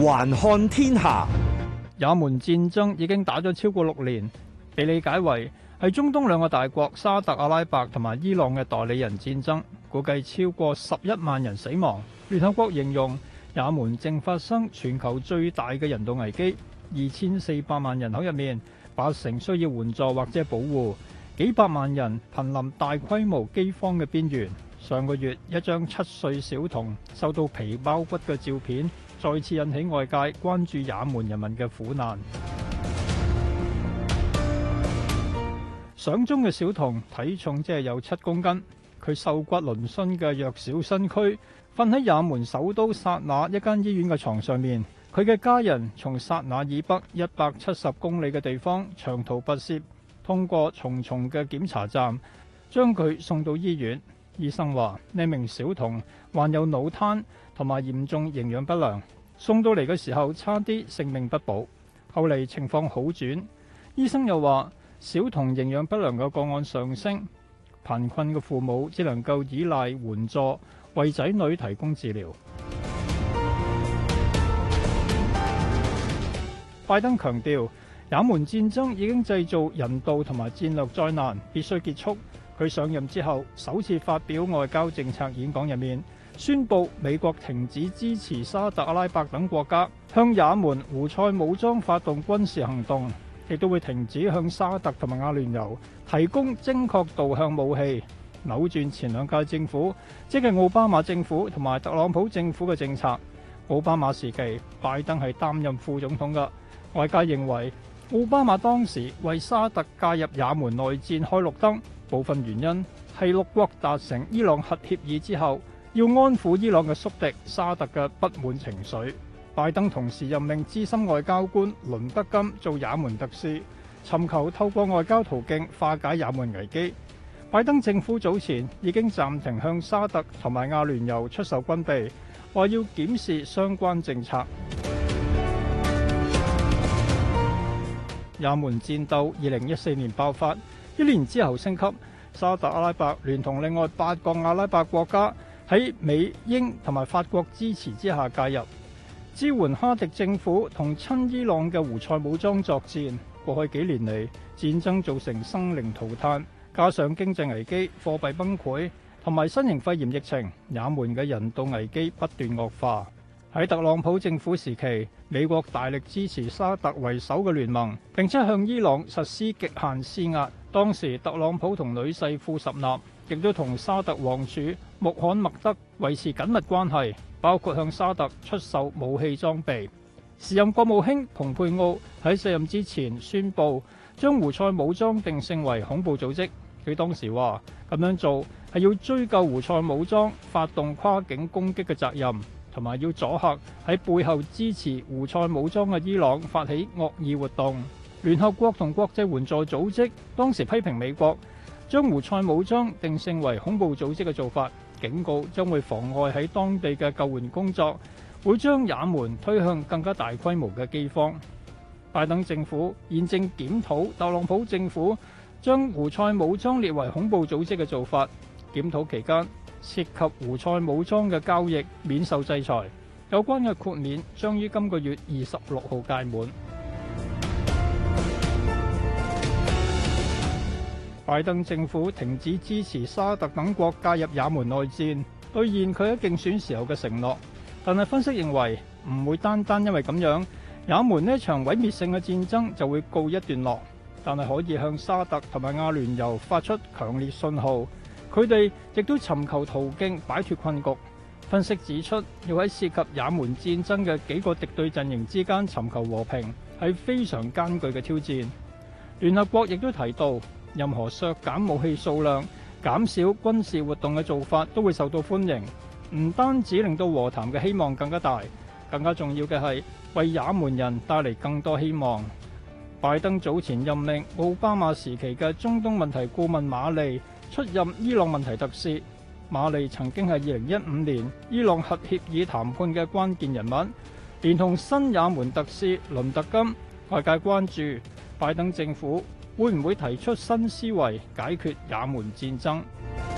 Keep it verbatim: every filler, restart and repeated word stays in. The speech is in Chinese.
環看天下， 也門戰爭已經打咗超過六年，被理解為係中東兩個大國沙特阿拉伯同埋伊朗嘅代理人戰爭，估計超過十一萬人死亡。聯合國形容也門正發生全球最大嘅人道危機，二千四百萬人口入面，八成需要援助或者保護，幾百萬人瀕臨大規模饑荒嘅邊緣。上個月，一張七歲小童瘦到皮包骨嘅照片，再次引起外界關注也門人民嘅苦難。相中嘅小童體重只係有七公斤，佢瘦骨嶙峋嘅弱小身軀，瞓喺也門首都薩那一間醫院嘅床上面。佢嘅家人從薩那以北一百七十公里嘅地方長途跋涉，通過重重嘅檢查站，將佢送到醫院。醫生話呢名小童患有腦癱同埋嚴重營養不良，送到嚟嘅時候差啲性命不保，後嚟情況好轉。醫生又話小童營養不良嘅個案上升，貧困嘅父母只能夠依賴援助為仔女提供治療。拜登強調也門戰爭已經製造人道同埋戰略災難，必須結束。佢上任之後首次發表外交政策演講入面，宣布美國停止支持沙特阿拉伯等國家向也門胡塞武裝發動軍事行動，亦都會停止向沙特同埋阿聯酋提供精確導向武器，扭轉前兩屆政府，即係奧巴馬政府同埋特朗普政府嘅政策。奧巴馬時期，拜登係擔任副總統㗎，外界認為奧巴馬當時為沙特介入也門內戰開綠燈，部分原因係六國達成伊朗核協議之後，要安撫伊朗嘅宿敵沙特嘅不滿情緒。拜登同時任命資深外交官倫德金做也門特使，尋求透過外交途徑化解也門危機。拜登政府早前已經暫停向沙特同埋阿聯酋出售軍備，話要檢視相關政策。也門戰鬥二零一四年爆發，一年之後升級，沙特阿拉伯聯同另外八個阿拉伯國家喺美英同埋法國支持之下介入，支援哈迪政府同親伊朗嘅胡塞武裝作戰。過去幾年嚟，戰爭造成生靈塗炭，加上經濟危機、貨幣崩潰同埋新型肺炎疫情，也門嘅人道危機不斷惡化。喺特朗普政府時期，美國大力支持沙特為首嘅聯盟，並且向伊朗實施極限施壓。當時特朗普同女婿庫什納亦都同沙特王儲穆罕默德維持緊密關係，包括向沙特出售武器裝備。時任國務卿蓬佩奧喺卸任之前宣布將胡塞武裝定性為恐怖組織。佢當時話咁樣做係要追究胡塞武裝發動跨境攻擊嘅責任，同埋要阻嚇喺背後支持胡塞武裝嘅伊朗發起惡意活動。聯合國同國際援助組織當時批評美國將胡塞武裝定性為恐怖組織嘅做法，警告將會妨礙喺當地嘅救援工作，會將也門推向更加大規模嘅饑荒。拜登政府現正檢討特朗普政府將胡塞武裝列為恐怖組織嘅做法，檢討期間涉及胡塞武裝嘅交易免受制裁，有關嘅豁免將於今個月二十六號屆滿。拜登政府停止支持沙特等國介入也門內戰，兌現佢喺競選時候嘅承諾，但係分析認為唔會單單因為咁樣，也門呢場毀滅性嘅戰爭就會告一段落，但係可以向沙特同埋阿聯酋發出強烈信號，佢哋亦都尋求途徑擺脫困局。分析指出，要喺涉及也門戰爭嘅幾個敵對陣營之間尋求和平，係非常艱巨嘅挑戰。聯合國亦都提到，任何削減武器數量、減少軍事活動嘅做法都會受到歡迎，唔單止令到和談嘅希望更加大，更加重要嘅係為也門人帶嚟更多希望。拜登早前任命奧巴馬時期嘅中東問題顧問馬利出任伊朗問題特使。馬利曾經係二零一五年伊朗核協議談判嘅關鍵人物，連同新也門特使倫特金。外界關注拜登政府會唔會提出新思維解決也門戰爭。